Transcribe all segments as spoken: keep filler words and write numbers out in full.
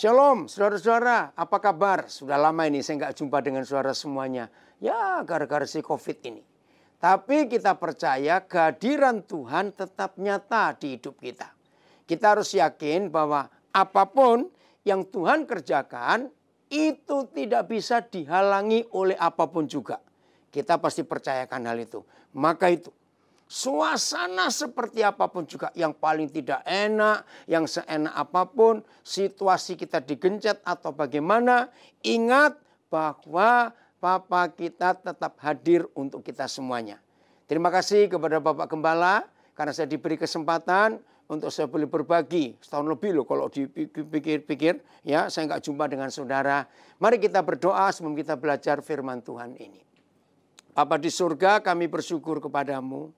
Shalom, saudara-saudara, apa kabar? Sudah lama ini saya nggak jumpa dengan saudara semuanya. Ya, gara-gara si COVID ini. Tapi kita percaya kehadiran Tuhan tetap nyata di hidup kita. Kita harus yakin bahwa apapun yang Tuhan kerjakan, itu tidak bisa dihalangi oleh apapun juga. Kita pasti percayakan hal itu. Maka itu, suasana seperti apapun juga, yang paling tidak enak, yang seenak apapun, situasi kita digencet atau bagaimana, ingat bahwa Bapa kita tetap hadir untuk kita semuanya. Terima kasih kepada Bapak Gembala karena saya diberi kesempatan untuk saya boleh berbagi. Setahun lebih loh kalau dipikir-pikir, ya saya nggak jumpa dengan saudara. Mari kita berdoa sebelum kita belajar firman Tuhan ini. Bapa di surga, kami bersyukur kepadamu.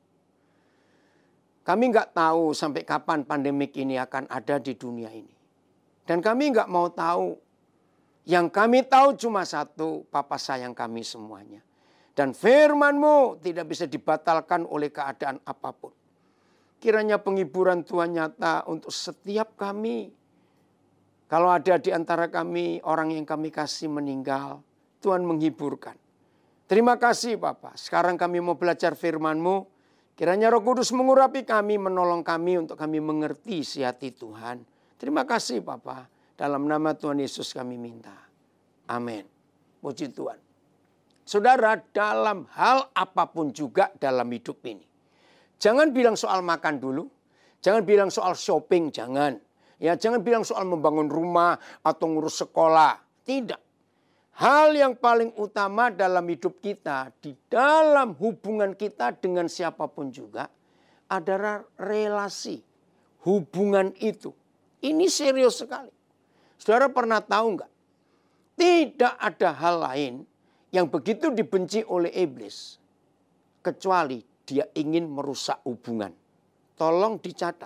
Kami nggak tahu sampai kapan pandemik ini akan ada di dunia ini. Dan kami nggak mau tahu. Yang kami tahu cuma satu, Bapa sayang kami semuanya. Dan firman-Mu tidak bisa dibatalkan oleh keadaan apapun. Kiranya penghiburan Tuhan nyata untuk setiap kami. Kalau ada di antara kami orang yang kami kasih meninggal, Tuhan menghiburkan. Terima kasih Bapa. Sekarang kami mau belajar firman-Mu. Kiranya Roh Kudus mengurapi kami, menolong kami untuk kami mengerti isi hati Tuhan. Terima kasih Bapa. Dalam nama Tuhan Yesus kami minta. Amin. Puji Tuhan. Saudara, dalam hal apapun juga dalam hidup ini. Jangan bilang soal makan dulu. Jangan bilang soal shopping, jangan. Ya, jangan bilang soal membangun rumah atau ngurus sekolah. Tidak. Hal yang paling utama dalam hidup kita, di dalam hubungan kita dengan siapapun juga, adalah relasi. Hubungan itu. Ini serius sekali. Saudara pernah tahu enggak? Tidak ada hal lain yang begitu dibenci oleh iblis. Kecuali dia ingin merusak hubungan. Tolong dicatat.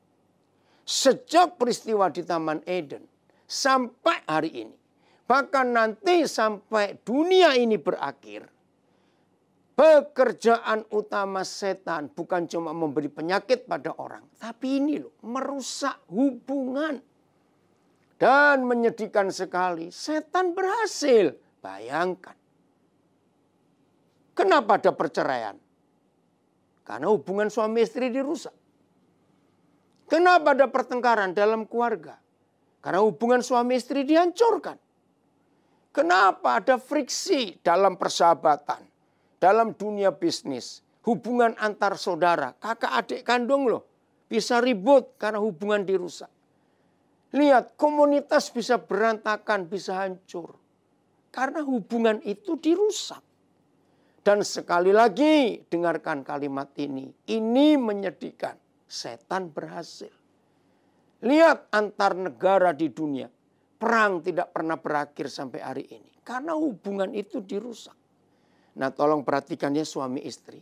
Sejak peristiwa di Taman Eden sampai hari ini. Bahkan nanti sampai dunia ini berakhir. Pekerjaan utama setan bukan cuma memberi penyakit pada orang. Tapi ini loh, merusak hubungan. Dan menyedihkan sekali, setan berhasil. Bayangkan. Kenapa ada perceraian? Karena hubungan suami istri dirusak. Kenapa ada pertengkaran dalam keluarga? Karena hubungan suami istri dihancurkan. Kenapa ada friksi dalam persahabatan, dalam dunia bisnis, hubungan antar saudara, kakak adik kandung loh, bisa ribut karena hubungan dirusak. Lihat, komunitas bisa berantakan, bisa hancur. Karena hubungan itu dirusak. Dan sekali lagi, dengarkan kalimat ini. Ini menyedihkan. Setan berhasil. Lihat antar negara di dunia. Perang tidak pernah berakhir sampai hari ini. Karena hubungan itu dirusak. Nah tolong perhatikan ya suami istri.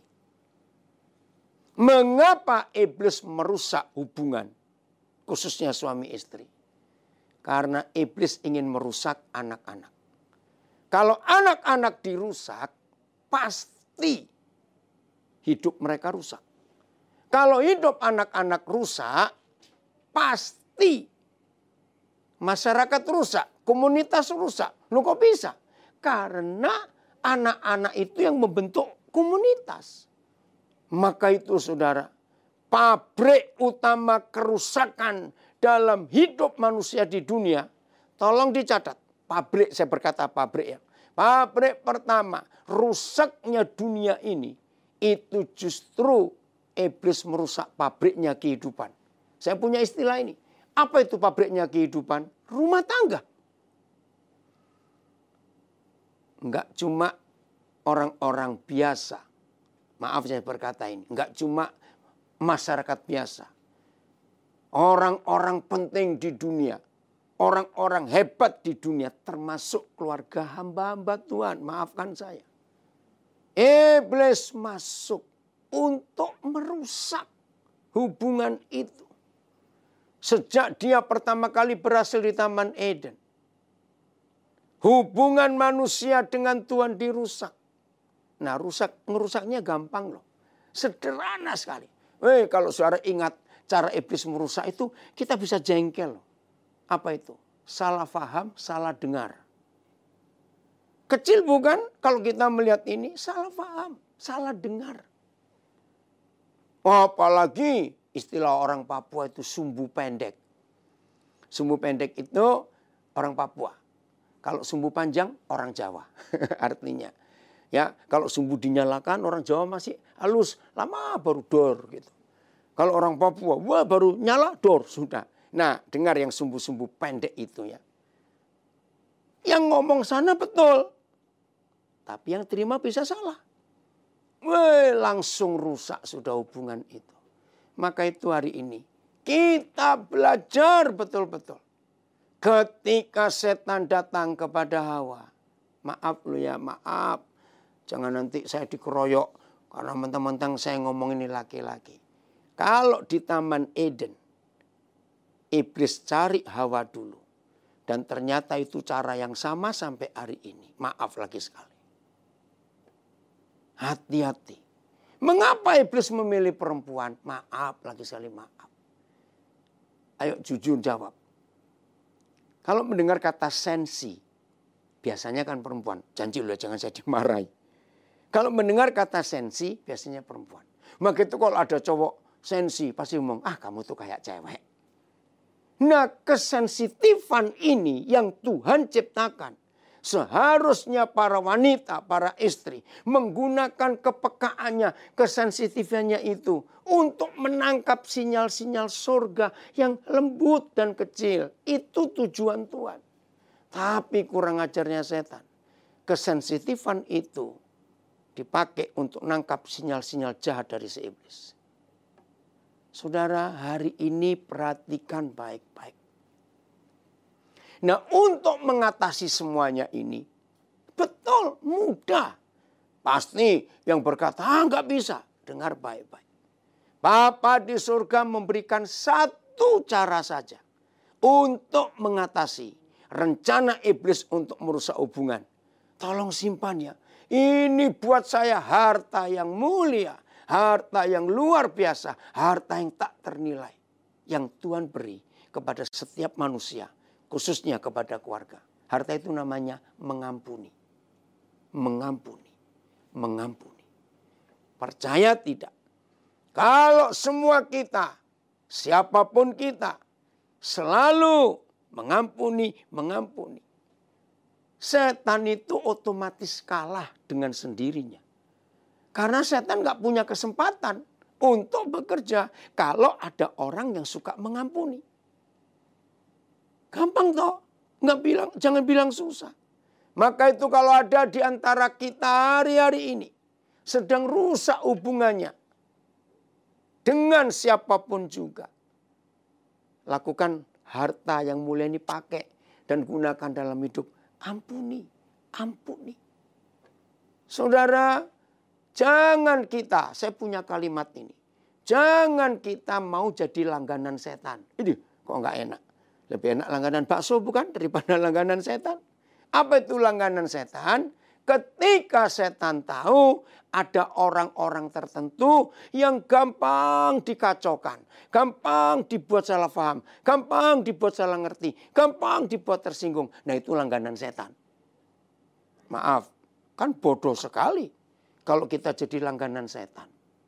Mengapa iblis merusak hubungan? Khususnya suami istri. Karena iblis ingin merusak anak-anak. Kalau anak-anak dirusak, pasti hidup mereka rusak. Kalau hidup anak-anak rusak, pasti masyarakat rusak, komunitas rusak. Loh kok bisa? Karena anak-anak itu yang membentuk komunitas. Maka itu saudara, pabrik utama kerusakan dalam hidup manusia di dunia. Tolong dicatat, pabrik, saya berkata pabrik ya. Pabrik pertama, rusaknya dunia ini, itu justru iblis merusak pabriknya kehidupan. Saya punya istilah ini. Apa itu pabriknya kehidupan? Rumah tangga. Enggak cuma orang-orang biasa. Maaf saya berkata ini. Enggak cuma masyarakat biasa. Orang-orang penting di dunia. Orang-orang hebat di dunia. Termasuk keluarga hamba-hamba Tuhan. Maafkan saya. Iblis masuk untuk merusak hubungan itu. Sejak dia pertama kali berhasil di Taman Eden. Hubungan manusia dengan Tuhan dirusak. Nah rusak, ngerusaknya gampang loh. Sederhana sekali. Eh, kalau saudara ingat cara iblis merusak itu, kita bisa jengkel loh. Apa itu? salah faham, salah dengar. Kecil bukan kalau kita melihat ini salah faham, salah dengar. Apalagi istilah orang Papua itu sumbu pendek. Sumbu pendek itu orang Papua. Kalau sumbu panjang orang Jawa artinya. Ya, kalau sumbu dinyalakan orang Jawa masih halus, lama baru dor gitu. Kalau orang Papua, wah baru nyala dor sudah. Nah, dengar yang sumbu-sumbu pendek itu ya. Yang ngomong sana betul. Tapi yang terima bisa salah. Wah, langsung rusak sudah hubungan itu. Maka itu hari ini kita belajar betul-betul. Ketika setan datang kepada Hawa. Maaf lu ya, maaf. Jangan nanti saya dikeroyok. Karena mentang-mentang saya ngomong ini laki-laki. Kalau di Taman Eden. Iblis cari Hawa dulu. Dan ternyata itu cara yang sama sampai hari ini. Maaf lagi sekali. Hati-hati. Mengapa iblis memilih perempuan? Maaf lagi sekali, maaf. Ayo jujur jawab. Kalau mendengar kata sensi, biasanya kan perempuan. Janji loh jangan saya dimarahi. Kalau mendengar kata sensi, biasanya perempuan. Maka itu kalau ada cowok sensi, pasti ngomong, ah kamu tuh kayak cewek. Nah kesensitifan ini yang Tuhan ciptakan. Seharusnya para wanita, para istri menggunakan kepekaannya, kesensitifannya itu untuk menangkap sinyal-sinyal surga yang lembut dan kecil. Itu tujuan Tuhan. Tapi kurang ajarnya setan. Kesensitifan itu dipakai untuk menangkap sinyal-sinyal jahat dari si iblis. Saudara, hari ini perhatikan baik-baik. Nah, untuk mengatasi semuanya ini, betul, mudah. Pasti yang berkata, ah nggak bisa. Dengar baik-baik. Bapa di surga memberikan satu cara saja untuk mengatasi rencana iblis untuk merusak hubungan. Tolong simpan ya. Ini buat saya harta yang mulia, harta yang luar biasa, harta yang tak ternilai. Yang Tuhan beri kepada setiap manusia. Khususnya kepada keluarga. Harta itu namanya mengampuni. Mengampuni. Mengampuni. Percaya tidak? Kalau semua kita, siapapun kita, selalu mengampuni, mengampuni. Setan itu otomatis kalah dengan sendirinya. Karena setan gak punya kesempatan untuk bekerja kalau ada orang yang suka mengampuni. Gampang toh, nggak bilang, jangan bilang susah. Maka itu kalau ada di antara kita hari-hari ini sedang rusak hubungannya dengan siapapun juga, lakukan harta yang mulia ini pakai dan gunakan dalam hidup. Ampuni, ampuni. Saudara, jangan kita, saya punya kalimat ini, jangan kita mau jadi langganan setan. Ini kok nggak enak. Lebih enak langganan bakso bukan daripada langganan setan. Apa itu langganan setan? Ketika setan tahu ada orang-orang tertentu yang gampang dikacaukan. Gampang dibuat salah paham. Gampang dibuat salah ngerti. Gampang dibuat tersinggung. Nah itu langganan setan. Maaf, kan bodoh sekali kalau kita jadi langganan setan.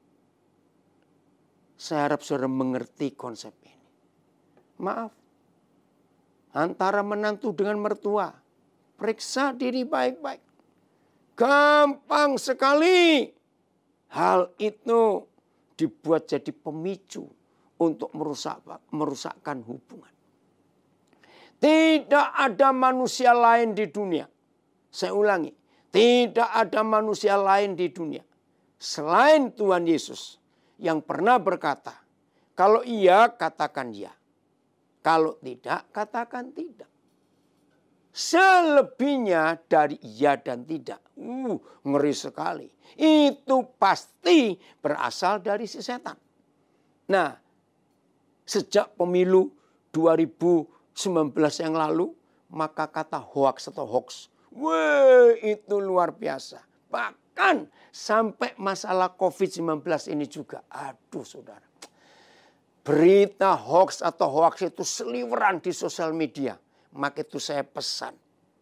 Saya harap saudara mengerti konsep ini. Maaf. Antara menantu dengan mertua. Periksa diri baik-baik. Gampang sekali. Hal itu dibuat jadi pemicu untuk merusak, merusakkan hubungan. Tidak ada manusia lain di dunia. Saya ulangi. Tidak ada manusia lain di dunia. Selain Tuhan Yesus. Yang pernah berkata. Kalau iya katakan ya. Kalau tidak, katakan tidak. Selebihnya dari iya dan tidak. Uh, ngeri sekali. Itu pasti berasal dari si setan. Nah, sejak pemilu dua ribu sembilan belas yang lalu, maka kata hoax atau hoax. Wah, itu luar biasa. Bahkan sampai masalah covid sembilan belas ini juga. Aduh, saudara. Berita hoax atau hoax itu seliweran di sosial media. Maka itu saya pesan.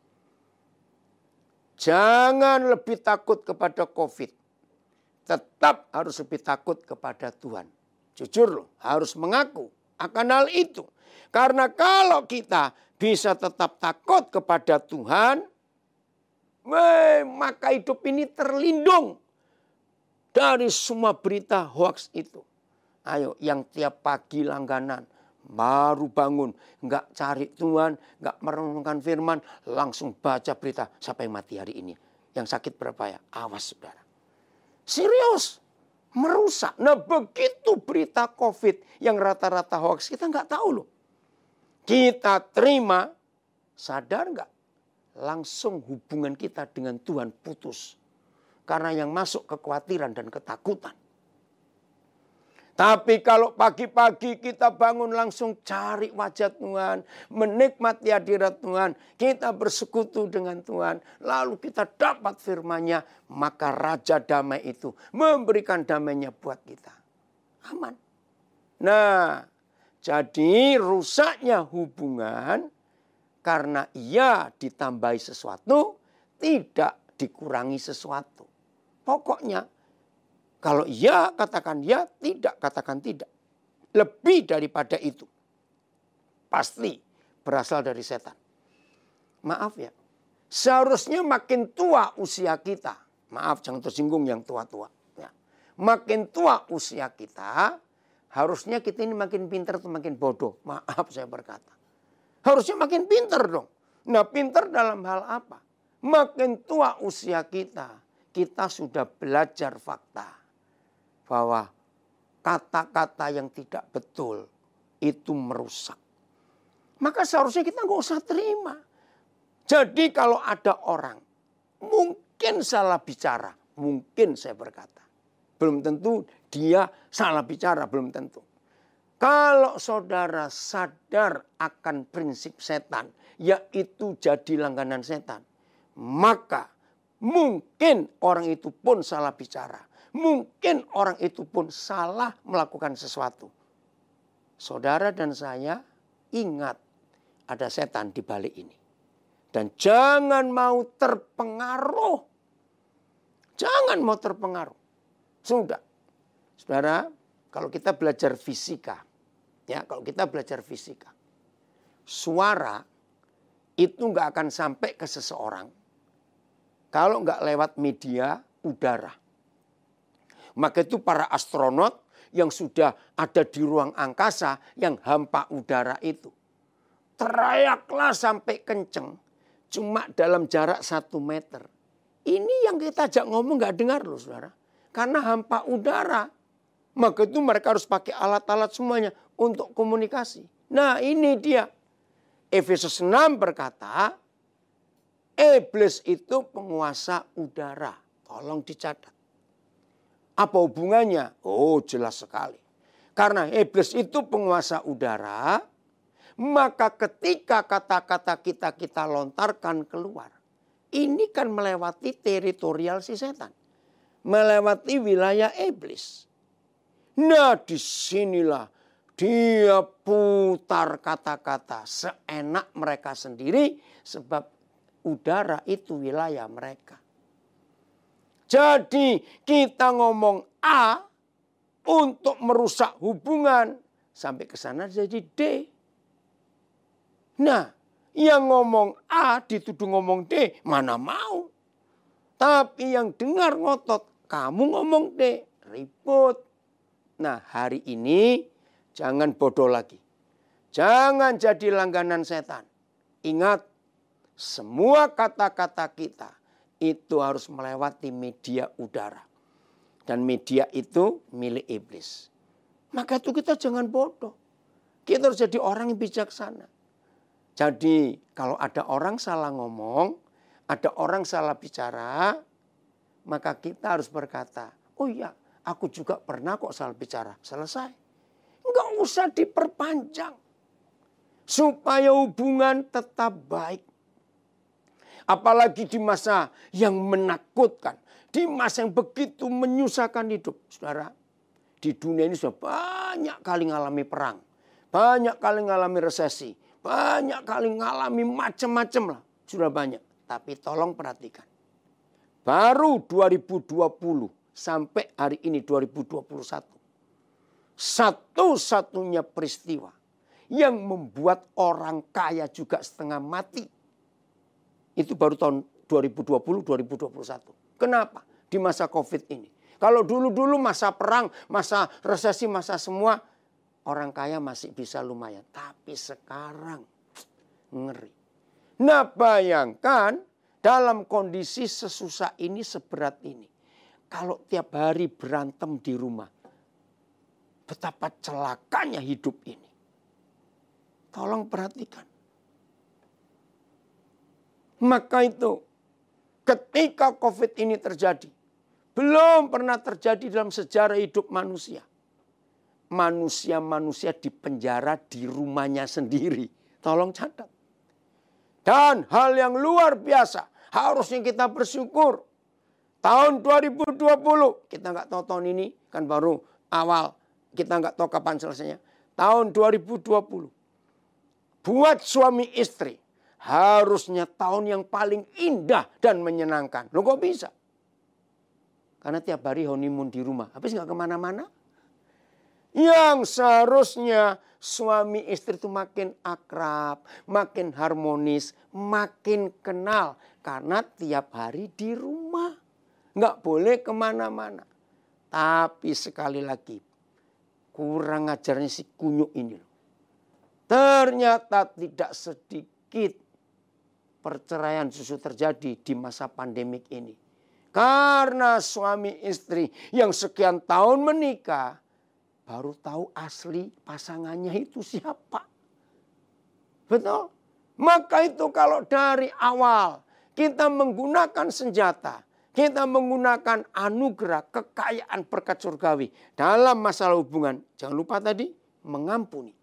Jangan lebih takut kepada COVID. Tetap harus lebih takut kepada Tuhan. Jujur loh, harus mengaku akan hal itu. Karena kalau kita bisa tetap takut kepada Tuhan, weh, maka hidup ini terlindung dari semua berita hoax itu. Ayo, yang tiap pagi langganan, baru bangun, nggak cari Tuhan, nggak merenungkan firman, langsung baca berita siapa yang mati hari ini. Yang sakit berapa ya? Awas saudara. Serius, merusak. Nah begitu berita COVID yang rata-rata hoax, kita nggak tahu loh. Kita terima, sadar nggak? Langsung hubungan kita dengan Tuhan putus. Karena yang masuk kekhawatiran dan ketakutan. Tapi kalau pagi-pagi kita bangun langsung cari wajah Tuhan, menikmati hadirat Tuhan, kita bersekutu dengan Tuhan, lalu kita dapat firman-Nya, maka Raja Damai itu memberikan damainya buat kita. Aman. Nah, jadi rusaknya hubungan karena ia ditambahi sesuatu, tidak dikurangi sesuatu. Pokoknya kalau iya, katakan ya. Tidak, katakan tidak. Lebih daripada itu. Pasti berasal dari setan. Maaf ya. Seharusnya makin tua usia kita. Maaf, jangan tersinggung yang tua-tua. Ya. Makin tua usia kita, harusnya kita ini makin pintar atau makin bodoh. Maaf saya berkata. Harusnya makin pintar dong. Nah pintar dalam hal apa? Makin tua usia kita, kita sudah belajar fakta. Bahwa kata-kata yang tidak betul itu merusak. Maka seharusnya kita nggak usah terima. Jadi kalau ada orang mungkin salah bicara. Mungkin saya berkata. Belum tentu dia salah bicara. Belum tentu. Kalau saudara sadar akan prinsip setan. Yaitu jadi langganan setan. Maka mungkin orang itu pun salah bicara. Mungkin orang itu pun salah melakukan sesuatu. Saudara dan saya ingat ada setan di balik ini. Dan jangan mau terpengaruh. Jangan mau terpengaruh. Sudah. Saudara, kalau kita belajar fisika. Ya, kalau kita belajar fisika. Suara itu nggak akan sampai ke seseorang. Kalau nggak lewat media udara. Maka itu para astronot yang sudah ada di ruang angkasa yang hampa udara itu. Teriaklah sampai kenceng. Cuma dalam jarak satu meter. Ini yang kita ajak ngomong gak dengar loh saudara. Karena hampa udara. Maka itu mereka harus pakai alat-alat semuanya untuk komunikasi. Nah ini dia. Efesus enam berkata. Iblis itu penguasa udara. Tolong dicatat. Apa hubungannya? Oh jelas sekali. Karena iblis itu penguasa udara. Maka ketika kata-kata kita kita lontarkan keluar. Ini kan melewati teritorial si setan. Melewati wilayah iblis. Nah disinilah dia putar kata-kata seenak mereka sendiri. Sebab udara itu wilayah mereka. Jadi kita ngomong A untuk merusak hubungan. Sampai ke sana jadi D. Nah yang ngomong A dituduh ngomong D. Mana mau. Tapi yang dengar ngotot. Kamu ngomong D. Ribut. Nah hari ini jangan bodoh lagi. Jangan jadi langganan setan. Ingat semua kata-kata kita. Itu harus melewati media udara. Dan media itu milik iblis. Maka itu kita jangan bodoh. Kita harus jadi orang yang bijaksana. Jadi kalau ada orang salah ngomong, ada orang salah bicara, maka kita harus berkata, oh iya aku juga pernah kok salah bicara. Selesai. Enggak usah diperpanjang. Supaya hubungan tetap baik. Apalagi di masa yang menakutkan. Di masa yang begitu menyusahkan hidup. Saudara, di dunia ini sudah banyak kali mengalami perang. Banyak kali mengalami resesi. banyak kali ngalami macam-macam lah. Sudah banyak. Tapi tolong perhatikan. Baru dua ribu dua puluh sampai hari ini dua ribu dua puluh satu. Satu-satunya peristiwa yang membuat orang kaya juga setengah mati. Itu baru tahun dua ribu dua puluh dua ribu dua puluh satu. Kenapa? Di masa Covid ini. Kalau dulu-dulu masa perang, masa resesi, masa semua, orang kaya masih bisa lumayan. Tapi sekarang ngeri. Nah bayangkan dalam kondisi sesusah ini, seberat ini. Kalau tiap hari berantem di rumah. Betapa celakanya hidup ini. Tolong perhatikan. Maka itu ketika Covid ini terjadi. Belum pernah terjadi dalam sejarah hidup manusia. Manusia-manusia dipenjara di rumahnya sendiri. Tolong catat. Dan hal yang luar biasa. Harusnya kita bersyukur. Tahun dua ribu dua puluh. Kita nggak tahu tahun ini. Kan baru awal. Kita nggak tahu kapan selesainya. Tahun dua ribu dua puluh. Buat suami istri. Harusnya tahun yang paling indah dan menyenangkan. Loh kok bisa? Karena tiap hari honeymoon di rumah. Habis nggak kemana-mana. Yang seharusnya suami istri itu makin akrab, makin harmonis, makin kenal. Karena tiap hari di rumah. Nggak boleh kemana-mana. Tapi sekali lagi, kurang ajarnya si kunyuk ini. Ternyata tidak sedikit perceraian justru terjadi di masa pandemik ini. Karena suami istri yang sekian tahun menikah, baru tahu asli pasangannya itu siapa. Betul? Maka itu kalau dari awal kita menggunakan senjata, kita menggunakan anugerah, kekayaan berkat surgawi dalam masalah hubungan. Jangan lupa tadi, mengampuni.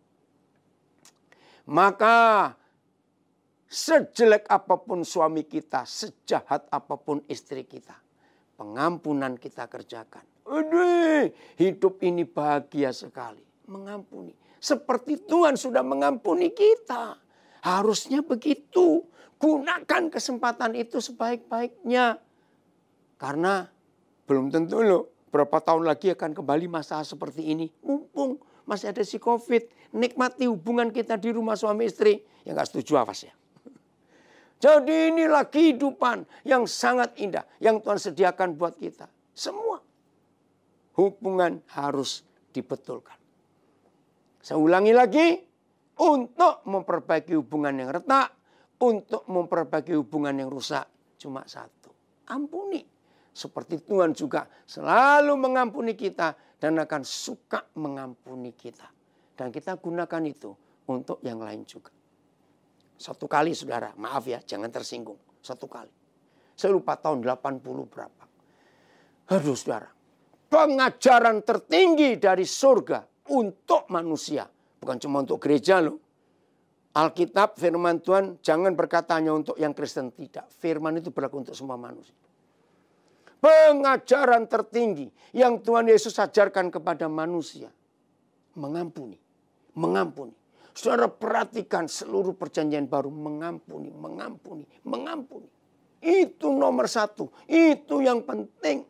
Maka sejelek apapun suami kita, sejahat apapun istri kita, pengampunan kita kerjakan. Aduh, hidup ini bahagia sekali. Mengampuni. Seperti Tuhan sudah mengampuni kita. Harusnya begitu. Gunakan kesempatan itu sebaik-baiknya. Karena belum tentu loh berapa tahun lagi akan kembali masa seperti ini. Mumpung masih ada si Covid. Nikmati hubungan kita di rumah suami istri. Ya gak setuju awas ya. Jadi inilah kehidupan yang sangat indah. Yang Tuhan sediakan buat kita. Semua hubungan harus dibetulkan. Saya ulangi lagi. Untuk memperbaiki hubungan yang retak. Untuk memperbaiki hubungan yang rusak. Cuma satu. Ampuni. Seperti Tuhan juga selalu mengampuni kita. Dan akan suka mengampuni kita. Dan kita gunakan itu untuk yang lain juga. Satu kali saudara, maaf ya, jangan tersinggung. Satu kali. Saya lupa tahun delapan puluh berapa. Aduh saudara. Pengajaran tertinggi dari surga untuk manusia. Bukan cuma untuk gereja loh. Alkitab firman Tuhan jangan berkata hanya untuk yang Kristen. Tidak. Firman itu berlaku untuk semua manusia. Pengajaran tertinggi yang Tuhan Yesus ajarkan kepada manusia. Mengampuni. Mengampuni. Saudara perhatikan seluruh perjanjian baru. Mengampuni, mengampuni, mengampuni. Itu nomor satu. Itu yang penting.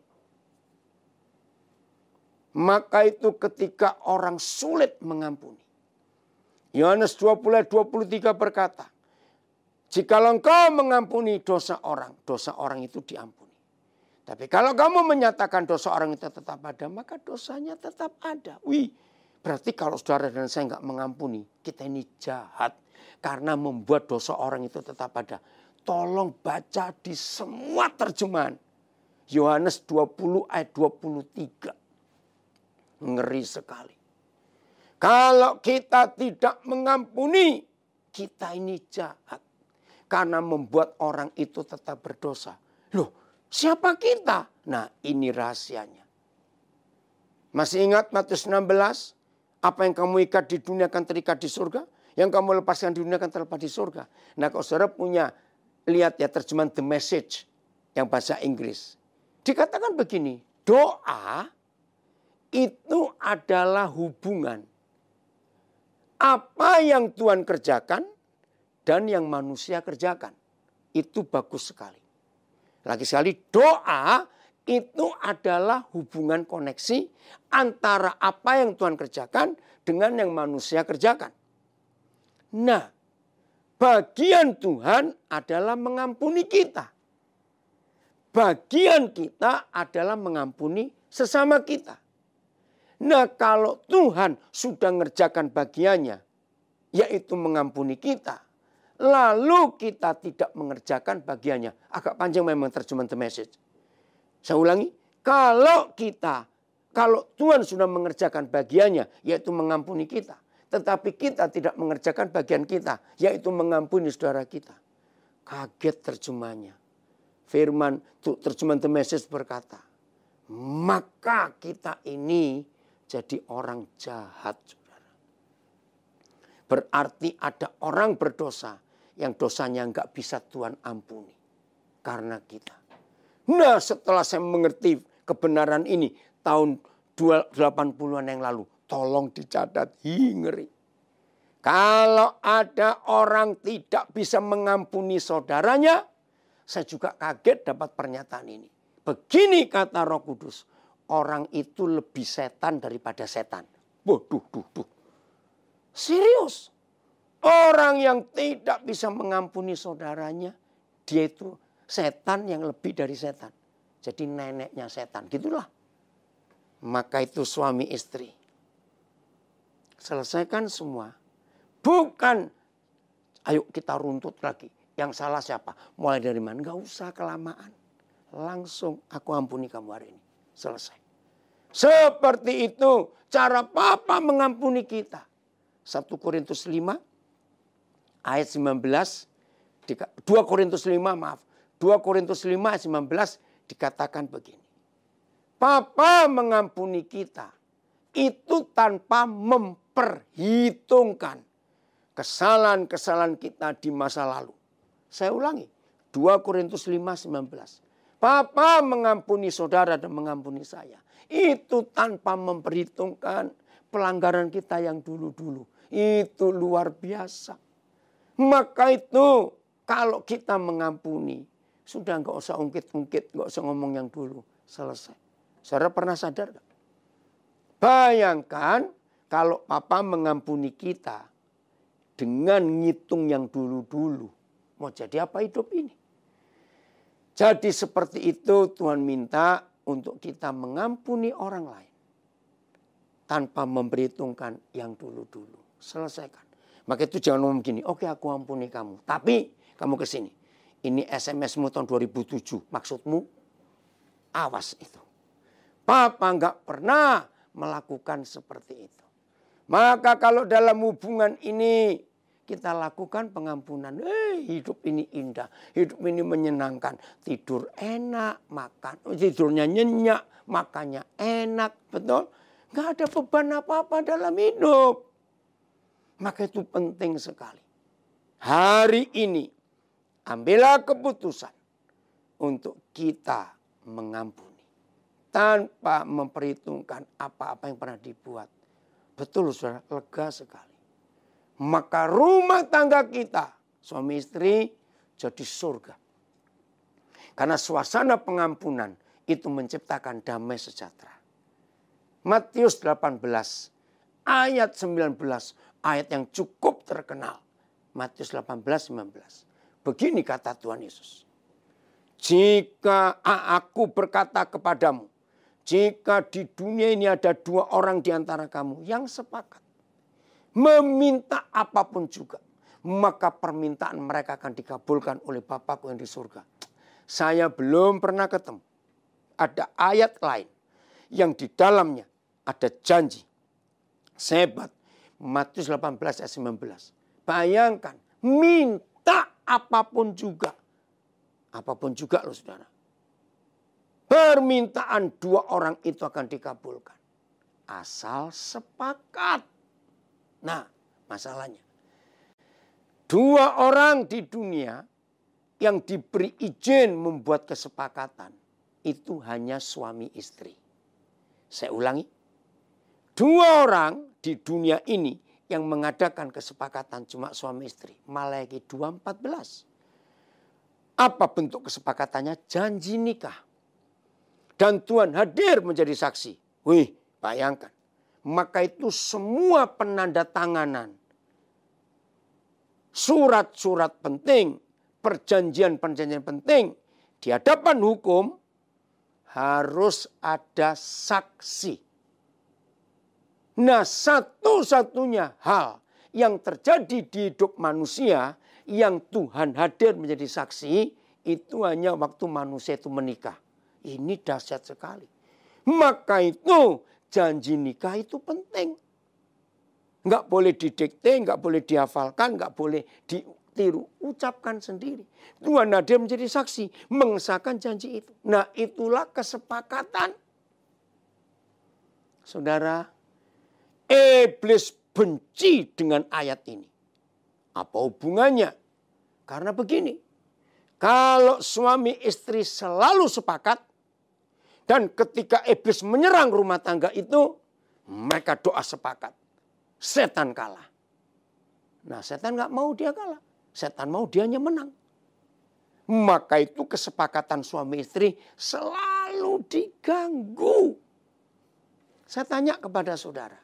Maka itu ketika orang sulit mengampuni. Yohanes dua puluh ayat dua puluh tiga berkata. Jikalau engkau mengampuni dosa orang. Dosa orang itu diampuni. Tapi kalau kamu menyatakan dosa orang itu tetap ada. Maka dosanya tetap ada. Wih. Berarti kalau saudara dan saya nggak mengampuni. Kita ini jahat. Karena membuat dosa orang itu tetap ada. Tolong baca di semua terjemahan. Yohanes dua puluh ayat dua puluh tiga. Ngeri sekali. Kalau kita tidak mengampuni. Kita ini jahat. Karena membuat orang itu tetap berdosa. Loh. Siapa kita? Nah ini rahasianya. Masih ingat Matius enam belas? Apa yang kamu ikat di dunia akan terikat di surga. Yang kamu lepaskan di dunia akan terlepas di surga. Nah kalau saudara punya, lihat ya terjemahan The Message. Yang bahasa Inggris. Dikatakan begini. Doa itu adalah hubungan. Apa yang Tuhan kerjakan dan yang manusia kerjakan. Itu bagus sekali. Lagi sekali, doa itu adalah hubungan koneksi antara apa yang Tuhan kerjakan dengan yang manusia kerjakan. Nah, bagian Tuhan adalah mengampuni kita. Bagian kita adalah mengampuni sesama kita. Nah, kalau Tuhan sudah mengerjakan bagiannya, yaitu mengampuni kita, lalu kita tidak mengerjakan bagiannya. Agak panjang memang terjemahan The Message. Saya ulangi, kalau kita, kalau Tuhan sudah mengerjakan bagiannya, yaitu mengampuni kita, tetapi kita tidak mengerjakan bagian kita, yaitu mengampuni saudara kita. Kaget terjemahnya. Firman terjemahan The Message berkata, maka kita ini jadi orang jahat, saudara. Berarti ada orang berdosa yang dosanya nggak bisa Tuhan ampuni karena kita. Nah, setelah saya mengerti kebenaran ini tahun delapan puluhan yang lalu, tolong dicatat, hi ngeri. Kalau ada orang tidak bisa mengampuni saudaranya, saya juga kaget dapat pernyataan ini. Begini kata Roh Kudus, orang itu lebih setan daripada setan. Waduh, duh, duh. Serius. Orang yang tidak bisa mengampuni saudaranya, dia itu setan yang lebih dari setan. Jadi neneknya setan, gitulah. Maka itu suami istri. Selesaikan semua. Bukan, ayo kita runtut lagi. Yang salah siapa? Mulai dari mana? Enggak usah kelamaan. Langsung aku ampuni kamu hari ini. Selesai. Seperti itu cara Papa mengampuni kita. satu Korintus lima ayat sembilan belas. dua Korintus lima maaf. dua Korintus lima ayat sembilan belas dikatakan begini. Papa mengampuni kita. Itu tanpa memperhitungkan kesalahan-kesalahan kita di masa lalu. Saya ulangi. dua Korintus lima sembilan belas. Papa mengampuni saudara dan mengampuni saya. Itu tanpa memperhitungkan pelanggaran kita yang dulu-dulu. Itu luar biasa. Maka itu kalau kita mengampuni. Sudah nggak usah ungkit-ungkit. Nggak usah ngomong yang dulu. Selesai. Saudara pernah sadar gak? Bayangkan kalau Papa mengampuni kita. Dengan ngitung yang dulu-dulu. Mau jadi apa hidup ini? Jadi seperti itu Tuhan minta untuk kita mengampuni orang lain. Tanpa memperhitungkan yang dulu-dulu. Selesaikan. Maka itu jangan ngomong gini, oke aku ampuni kamu. Tapi kamu kesini. Ini S M S-mu tahun dua ribu tujuh. Maksudmu? Awas itu. Papa nggak pernah melakukan seperti itu. Maka kalau dalam hubungan ini kita lakukan pengampunan. Eh, hidup ini indah. Hidup ini menyenangkan. Tidur enak, makan. Tidurnya nyenyak, makannya enak. Betul? Gak ada beban apa-apa dalam hidup. Maka itu penting sekali. Hari ini, ambillah keputusan untuk kita mengampuni. Tanpa memperhitungkan apa-apa yang pernah dibuat. Betul, saudara, lega sekali. Maka rumah tangga kita, suami istri, jadi surga. Karena suasana pengampunan itu menciptakan damai sejahtera. Matius delapan belas ayat sembilan belas, ayat yang cukup terkenal. Matius delapan belas sembilan belas. Begini kata Tuhan Yesus. Jika aku berkata kepadamu, jika di dunia ini ada dua orang di antara kamu yang sepakat meminta apapun juga, maka permintaan mereka akan dikabulkan oleh Bapakku yang di surga. Saya belum pernah ketemu ada ayat lain yang di dalamnya ada janji sehebat Matius delapan belas ayat sembilan belas. Bayangkan, minta apapun juga. Apapun juga loh saudara. Permintaan dua orang itu akan dikabulkan. Asal sepakat. Nah, masalahnya. Dua orang di dunia yang diberi izin membuat kesepakatan. Itu hanya suami istri. Saya ulangi. Dua orang di dunia ini yang mengadakan kesepakatan cuma suami istri. Maleakhi dua empat belas. Apa bentuk kesepakatannya? Janji nikah. Dan Tuhan hadir menjadi saksi. Wih, bayangkan. Maka itu semua penandatanganan, surat-surat penting, perjanjian-perjanjian penting, di hadapan hukum harus ada saksi. Nah, satu-satunya hal yang terjadi di hidup manusia yang Tuhan hadir menjadi saksi, itu hanya waktu manusia itu menikah. Ini dahsyat sekali. Maka itu janji nikah itu penting. Enggak boleh didikte, enggak boleh dihafalkan, enggak boleh ditiru. Ucapkan sendiri. Tuhan hadir menjadi saksi, mengesahkan janji itu. Nah, itulah kesepakatan. Saudara, iblis benci dengan ayat ini. Apa hubungannya? Karena begini, kalau suami istri selalu sepakat, dan ketika iblis menyerang rumah tangga itu, mereka doa sepakat. Setan kalah. Nah, setan nggak mau dia kalah. Setan mau dianya menang. Maka itu kesepakatan suami istri selalu diganggu. Saya tanya kepada saudara.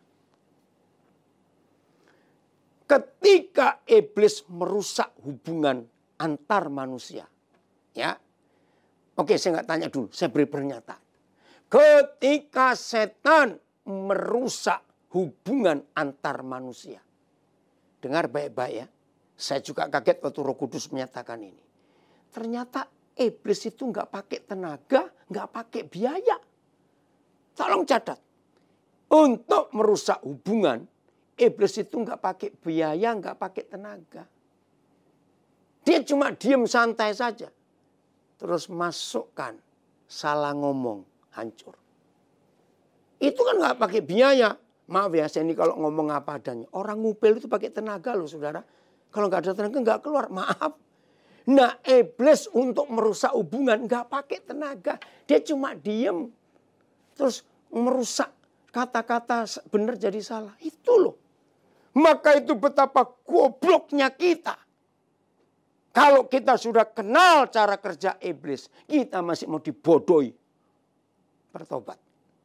Ketika iblis merusak hubungan antar manusia. Ya. Oke, saya nggak tanya dulu. Saya beri pernyataan. Ketika setan merusak hubungan antar manusia. Dengar baik-baik ya. Saya juga kaget waktu Roh Kudus menyatakan ini. Ternyata iblis itu nggak pakai tenaga, nggak pakai biaya. Tolong catat. Untuk merusak hubungan, iblis itu nggak pakai biaya, nggak pakai tenaga. Dia cuma diem santai saja. Terus masukkan salah ngomong. Hancur. Itu kan nggak pakai biaya. Maaf ya, saya ini kalau ngomong apa adanya. Orang ngupil itu pakai tenaga loh saudara. Kalau nggak ada tenaga nggak keluar. Maaf. Nah, iblis untuk merusak hubungan nggak pakai tenaga. Dia cuma diem. Terus merusak kata-kata benar jadi salah. Itu loh. Maka itu betapa gobloknya kita. Kalau kita sudah kenal cara kerja iblis, kita masih mau dibodohi. Bertobat.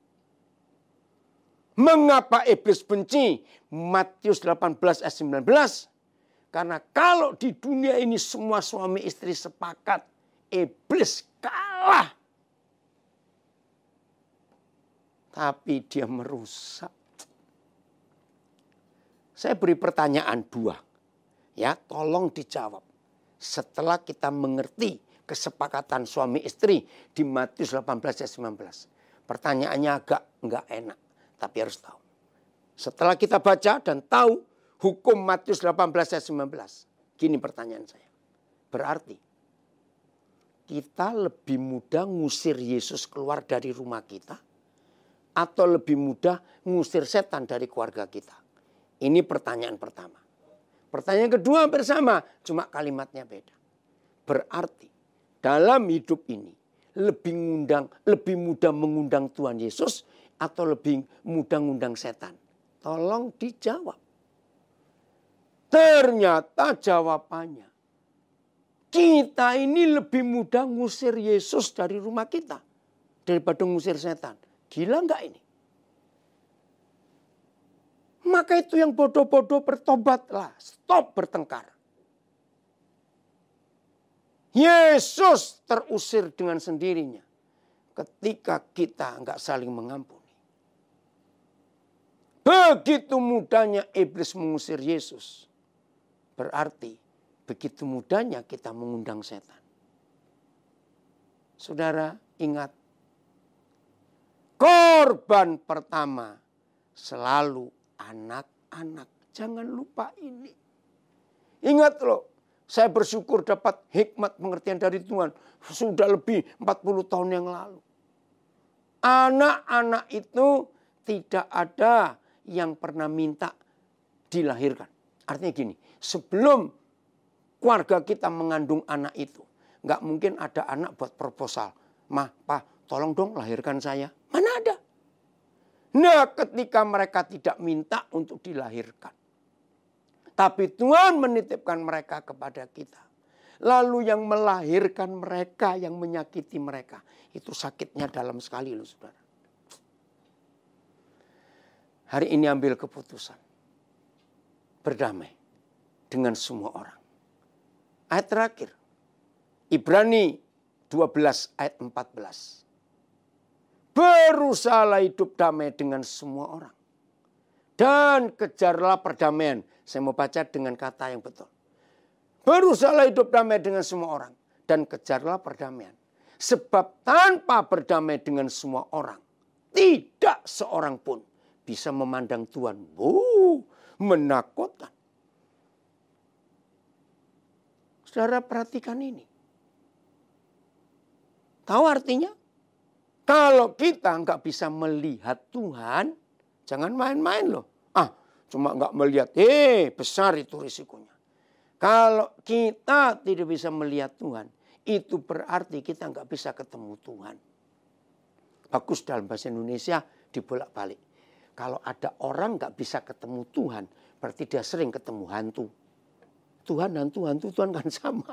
Mengapa iblis benci? Matius delapan belas ayat sembilan belas. Karena kalau di dunia ini semua suami istri sepakat, iblis kalah. Tapi dia merusak. Saya beri pertanyaan dua. Ya, tolong dijawab. Setelah kita mengerti kesepakatan suami istri di Matius delapan belas ayat sembilan belas. Pertanyaannya agak enggak enak, tapi harus tahu. Setelah kita baca dan tahu hukum Matius delapan belas ayat sembilan belas. Gini pertanyaan saya. Berarti kita lebih mudah ngusir Yesus keluar dari rumah kita atau lebih mudah ngusir setan dari keluarga kita? Ini pertanyaan pertama. Pertanyaan kedua hampir sama, cuma kalimatnya beda. Berarti dalam hidup ini lebih ngundang, lebih mudah mengundang Tuhan Yesus atau lebih mudah mengundang setan? Tolong dijawab. Ternyata jawabannya, kita ini lebih mudah ngusir Yesus dari rumah kita daripada ngusir setan. Gila enggak ini? Maka itu yang bodoh-bodoh bertobatlah. Stop bertengkar. Yesus terusir dengan sendirinya ketika kita enggak saling mengampuni. Begitu mudahnya iblis mengusir Yesus. Berarti begitu mudahnya kita mengundang setan. Saudara ingat. Korban pertama selalu anak-anak. Jangan lupa ini. Ingat loh. Saya bersyukur dapat hikmat pengertian dari Tuhan. Sudah lebih empat puluh tahun yang lalu. Anak-anak itu tidak ada yang pernah minta dilahirkan. Artinya gini. Sebelum keluarga kita mengandung anak itu. Nggak mungkin ada anak buat proposal. Ma, pa, tolong dong lahirkan saya. Mana ada? Nah ketika mereka tidak minta untuk dilahirkan. Tapi Tuhan menitipkan mereka kepada kita. Lalu yang melahirkan mereka, yang menyakiti mereka. Itu sakitnya dalam sekali loh saudara. Hari ini ambil keputusan. Berdamai dengan semua orang. Ayat terakhir. Ibrani dua belas ayat empat belas. Berusahalah hidup damai dengan semua orang. Dan kejarlah perdamaian. Saya mau baca dengan kata yang betul. Berusahalah hidup damai dengan semua orang. Dan kejarlah perdamaian. Sebab tanpa berdamai dengan semua orang. Tidak seorang pun bisa memandang Tuhan. Oh, menakutkan. Saudara perhatikan ini. Tahu artinya? Kalau kita nggak bisa melihat Tuhan. Jangan main-main loh. Ah, cuma nggak melihat. Eh, besar itu risikonya. Kalau kita tidak bisa melihat Tuhan, itu berarti kita nggak bisa ketemu Tuhan. Bagus dalam bahasa Indonesia dibolak-balik. Kalau ada orang nggak bisa ketemu Tuhan, berarti dia sering ketemu hantu. Tuhan, hantu, hantu, Tuhan kan sama.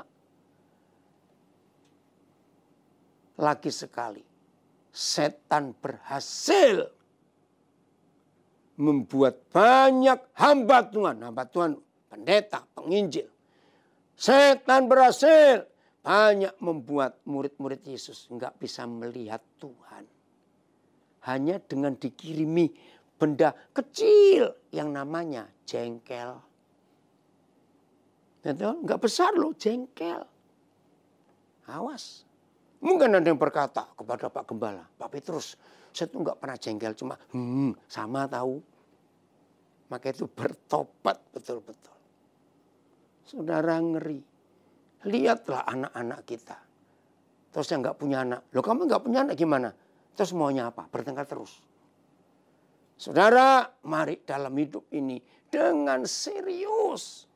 Lagi sekali, setan berhasil membuat banyak hamba Tuhan. Hamba Tuhan, pendeta, penginjil. Setan berhasil banyak membuat murid-murid Yesus nggak bisa melihat Tuhan. Hanya dengan dikirimi benda kecil yang namanya jengkel. Betul? Nggak besar loh, jengkel. Awas. Mungkin ada yang berkata kepada Pak Gembala, Pak Petrus, saya tuh nggak pernah jengkel, cuma hmm, sama tahu. Maka itu bertobat betul-betul. Saudara ngeri. Lihatlah anak-anak kita. Terus yang nggak punya anak. Loh kamu nggak punya anak gimana? Terus maunya apa? Bertengkar terus. Saudara, mari dalam hidup ini dengan serius.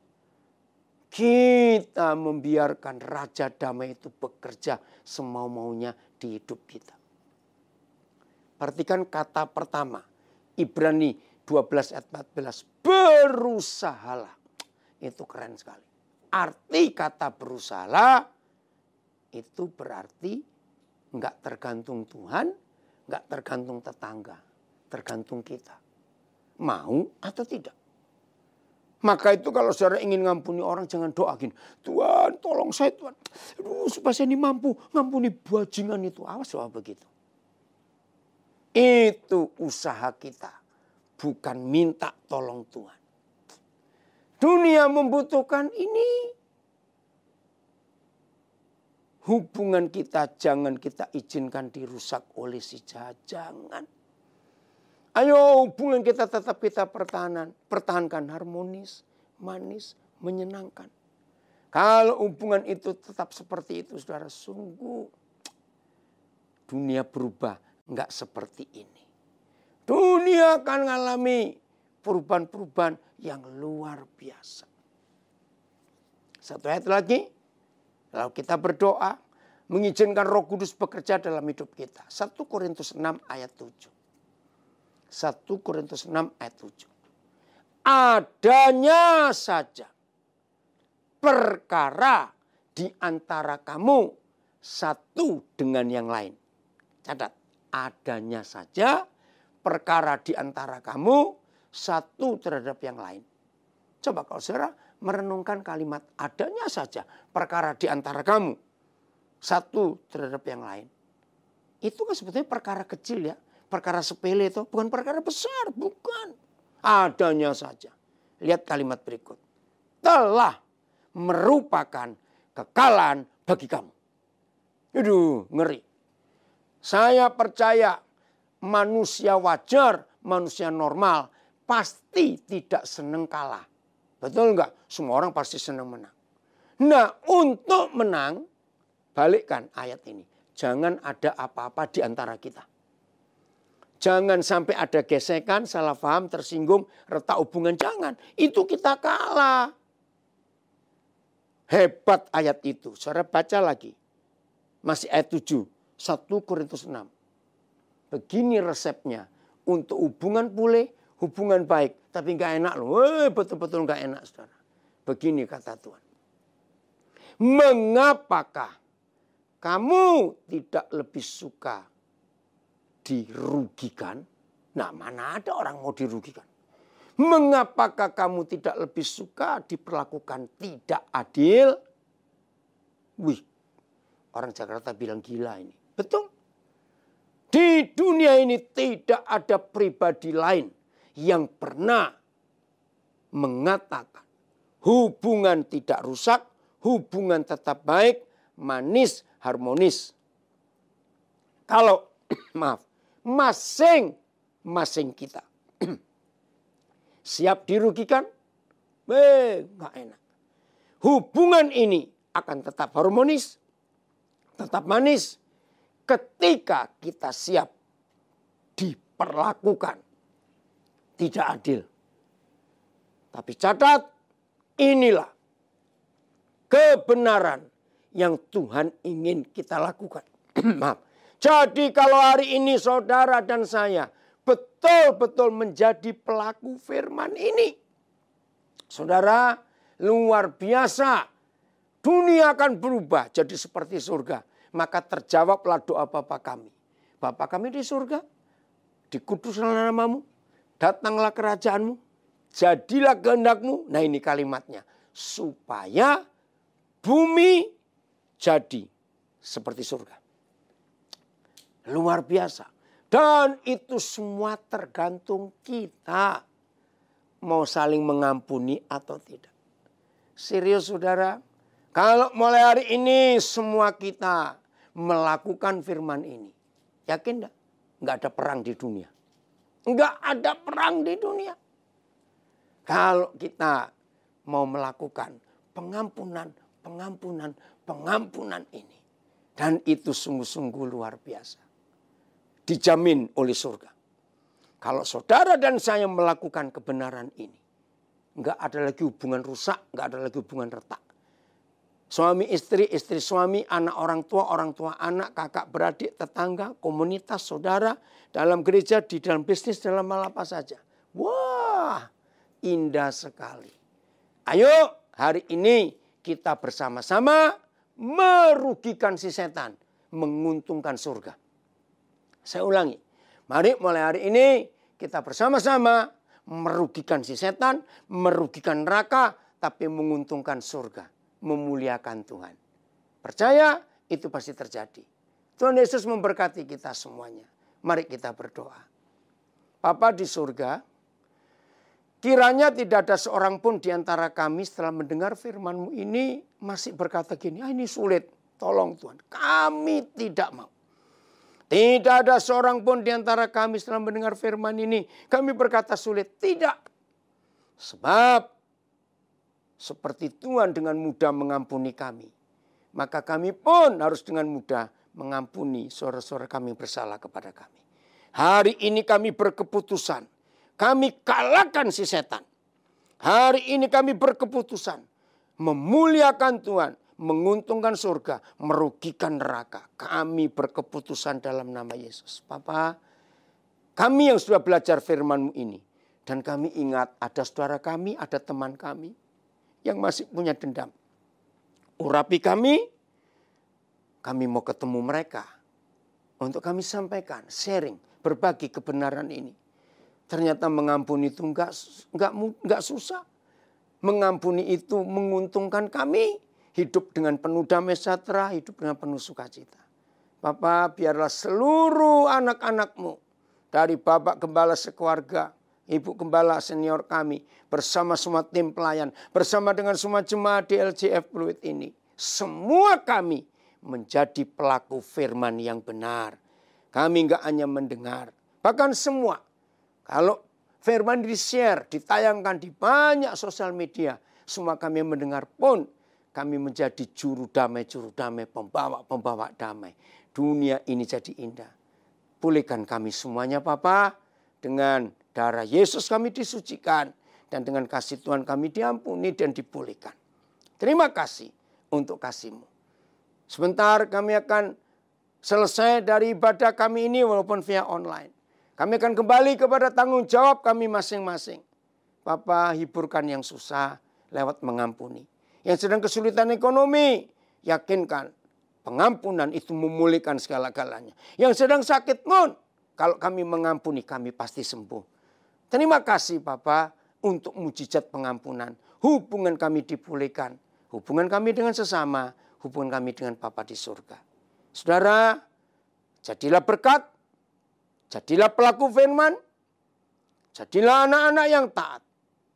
Kita membiarkan Raja Damai itu bekerja semau-maunya di hidup kita. Perhatikan kata pertama. Ibrani dua belas ayat empat belas. Berusahalah. Itu keren sekali. Arti kata berusahalah itu berarti nggak tergantung Tuhan, nggak tergantung tetangga, tergantung kita. Mau atau tidak. Maka itu kalau saudara ingin ngampuni orang jangan doain. Tuhan tolong saya Tuhan. Aduh supaya saya ini mampu ngampuni bajingan itu. Awas soal begitu. Itu usaha kita. Bukan minta tolong Tuhan. Dunia membutuhkan ini. Hubungan kita jangan kita izinkan dirusak oleh si jahat. Jangan. Ayo hubungan kita tetap kita pertahanan, pertahankan harmonis, manis, menyenangkan. Kalau hubungan itu tetap seperti itu, saudara, sungguh dunia berubah nggak seperti ini. Dunia akan mengalami perubahan-perubahan yang luar biasa. Satu ayat lagi, lalu kita berdoa mengizinkan Roh Kudus bekerja dalam hidup kita. satu Korintus enam ayat tujuh. satu Korintus enam ayat tujuh. Adanya saja perkara di antara kamu satu dengan yang lain. Catat, adanya saja perkara di antara kamu satu terhadap yang lain. Coba kalau saudara merenungkan kalimat adanya saja perkara di antara kamu satu terhadap yang lain. Itu kan sebetulnya perkara kecil ya. Perkara sepele itu bukan perkara besar, bukan. Adanya saja. Lihat kalimat berikut. Telah merupakan kekalahan bagi kamu. Aduh, ngeri. Saya percaya manusia wajar, manusia normal pasti tidak senang kalah. Betul enggak? Semua orang pasti senang menang. Nah, untuk menang, balikkan ayat ini. Jangan ada apa-apa di antara kita. Jangan sampai ada gesekan, salah paham, tersinggung, retak hubungan. Jangan. Itu kita kalah. Hebat ayat itu. Saudara baca lagi. Masih ayat tujuh. satu Korintus enam. Begini resepnya. Untuk hubungan pulih, hubungan baik. Tapi nggak enak loh. Weh, betul-betul nggak enak saudara. Begini kata Tuhan. Mengapakah kamu tidak lebih suka dirugikan? Nah, mana ada orang mau dirugikan? Mengapakah kamu tidak lebih suka diperlakukan tidak adil? Wih, orang Jakarta bilang gila ini. Betul. Di dunia ini tidak ada pribadi lain yang pernah mengatakan hubungan tidak rusak, hubungan tetap baik, manis, harmonis. Kalau maaf, masing-masing kita siap dirugikan, eh, nggak enak. Hubungan ini akan tetap harmonis, tetap manis ketika kita siap diperlakukan tidak adil. Tapi catat, inilah kebenaran yang Tuhan ingin kita lakukan. Maaf. Jadi kalau hari ini saudara dan saya betul-betul menjadi pelaku firman ini. Saudara, luar biasa. Dunia akan berubah jadi seperti surga. Maka terjawablah doa Bapa kami. Bapa kami di surga, dikuduskanlah namamu, datanglah kerajaanmu, jadilah kehendakmu. Nah ini kalimatnya. Supaya bumi jadi seperti surga. Luar biasa. Dan itu semua tergantung kita. Mau saling mengampuni atau tidak. Serius saudara. Kalau mulai hari ini semua kita melakukan firman ini. Yakin enggak? Enggak ada perang di dunia. Enggak ada perang di dunia. Kalau kita mau melakukan pengampunan, pengampunan, pengampunan ini. Dan itu sungguh-sungguh luar biasa. Dijamin oleh surga. Kalau saudara dan saya melakukan kebenaran ini. Enggak ada lagi hubungan rusak, enggak ada lagi hubungan retak. Suami istri, istri suami, anak orang tua, orang tua anak, kakak beradik, tetangga, komunitas, saudara. Dalam gereja, di dalam bisnis, dalam hal apa saja. Wah, indah sekali. Ayo hari ini kita bersama-sama merugikan si setan. Menguntungkan surga. Saya ulangi. Mari mulai hari ini kita bersama-sama merugikan si setan, merugikan neraka, tapi menguntungkan surga. Memuliakan Tuhan. Percaya itu pasti terjadi. Tuhan Yesus memberkati kita semuanya. Mari kita berdoa. Bapa di surga, kiranya tidak ada seorang pun di antara kami setelah mendengar firman-Mu ini masih berkata gini, ah ini sulit, tolong Tuhan. Kami tidak mau. Tidak ada seorang pun di antara kami setelah mendengar firman ini, kami berkata sulit. Tidak. Sebab seperti Tuhan dengan mudah mengampuni kami. Maka kami pun harus dengan mudah mengampuni saudara-saudara kami bersalah kepada kami. Hari ini kami berkeputusan. Kami kalahkan si setan. Hari ini kami berkeputusan. Memuliakan Tuhan. Menguntungkan surga. Merugikan neraka. Kami berkeputusan dalam nama Yesus. Papa, kami yang sudah belajar firman-Mu ini. Dan kami ingat ada saudara kami, ada teman kami. Yang masih punya dendam. Urapi kami. Kami mau ketemu mereka. Untuk kami sampaikan, sharing, berbagi kebenaran ini. Ternyata mengampuni itu enggak, enggak, enggak susah. Mengampuni itu menguntungkan kami. Hidup dengan penuh damai sejahtera, hidup dengan penuh sukacita. Bapa, biarlah seluruh anak-anak-Mu. Dari Bapak Gembala sekeluarga, Ibu Gembala senior kami, bersama semua tim pelayan, bersama dengan semua jemaat di L J F Pluit ini. Semua kami menjadi pelaku firman yang benar. Kami enggak hanya mendengar, bahkan semua. Kalau firman di-share, ditayangkan di banyak sosial media, semua kami mendengar pun, kami menjadi juru damai-juru damai, pembawa-pembawa damai. Dunia ini jadi indah. Pulihkan kami semuanya Bapa, dengan darah Yesus kami disucikan. Dan dengan kasih Tuhan kami diampuni dan dipulihkan. Terima kasih untuk kasih-Mu. Sebentar kami akan selesai dari ibadah kami ini walaupun via online. Kami akan kembali kepada tanggung jawab kami masing-masing. Bapa, hiburkan yang susah. lewat mengampuni. Yang sedang kesulitan ekonomi, yakinkan pengampunan itu memulihkan segala-galanya. Yang sedang sakit pun, kalau kami mengampuni, kami pasti sembuh. Terima kasih Bapa untuk mujizat pengampunan. Hubungan kami dipulihkan. Hubungan kami dengan sesama, hubungan kami dengan Bapa di surga. Saudara, jadilah berkat, jadilah pelaku firman, jadilah anak-anak yang taat.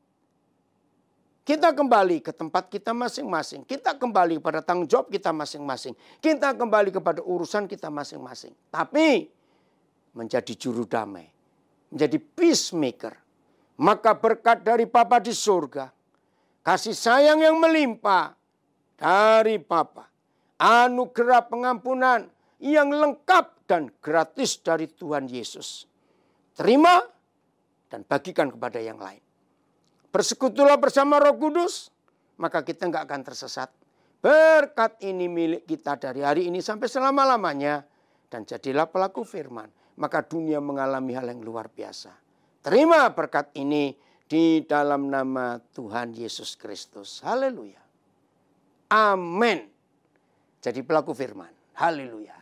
Kita kembali ke tempat kita masing-masing. Kita kembali pada tanggung jawab kita masing-masing. Kita kembali kepada urusan kita masing-masing. Tapi menjadi juru damai. Menjadi peacemaker. Maka berkat dari Bapa di surga. Kasih sayang yang melimpah dari Bapa. Anugerah pengampunan yang lengkap dan gratis dari Tuhan Yesus. Terima dan bagikan kepada yang lain. Bersekutulah bersama Roh Kudus, maka kita nggak akan tersesat. Berkat ini milik kita dari hari ini sampai selama-lamanya. Dan jadilah pelaku firman, maka dunia mengalami hal yang luar biasa. Terima berkat ini di dalam nama Tuhan Yesus Kristus. Haleluya. Amin. Jadi pelaku firman. Haleluya.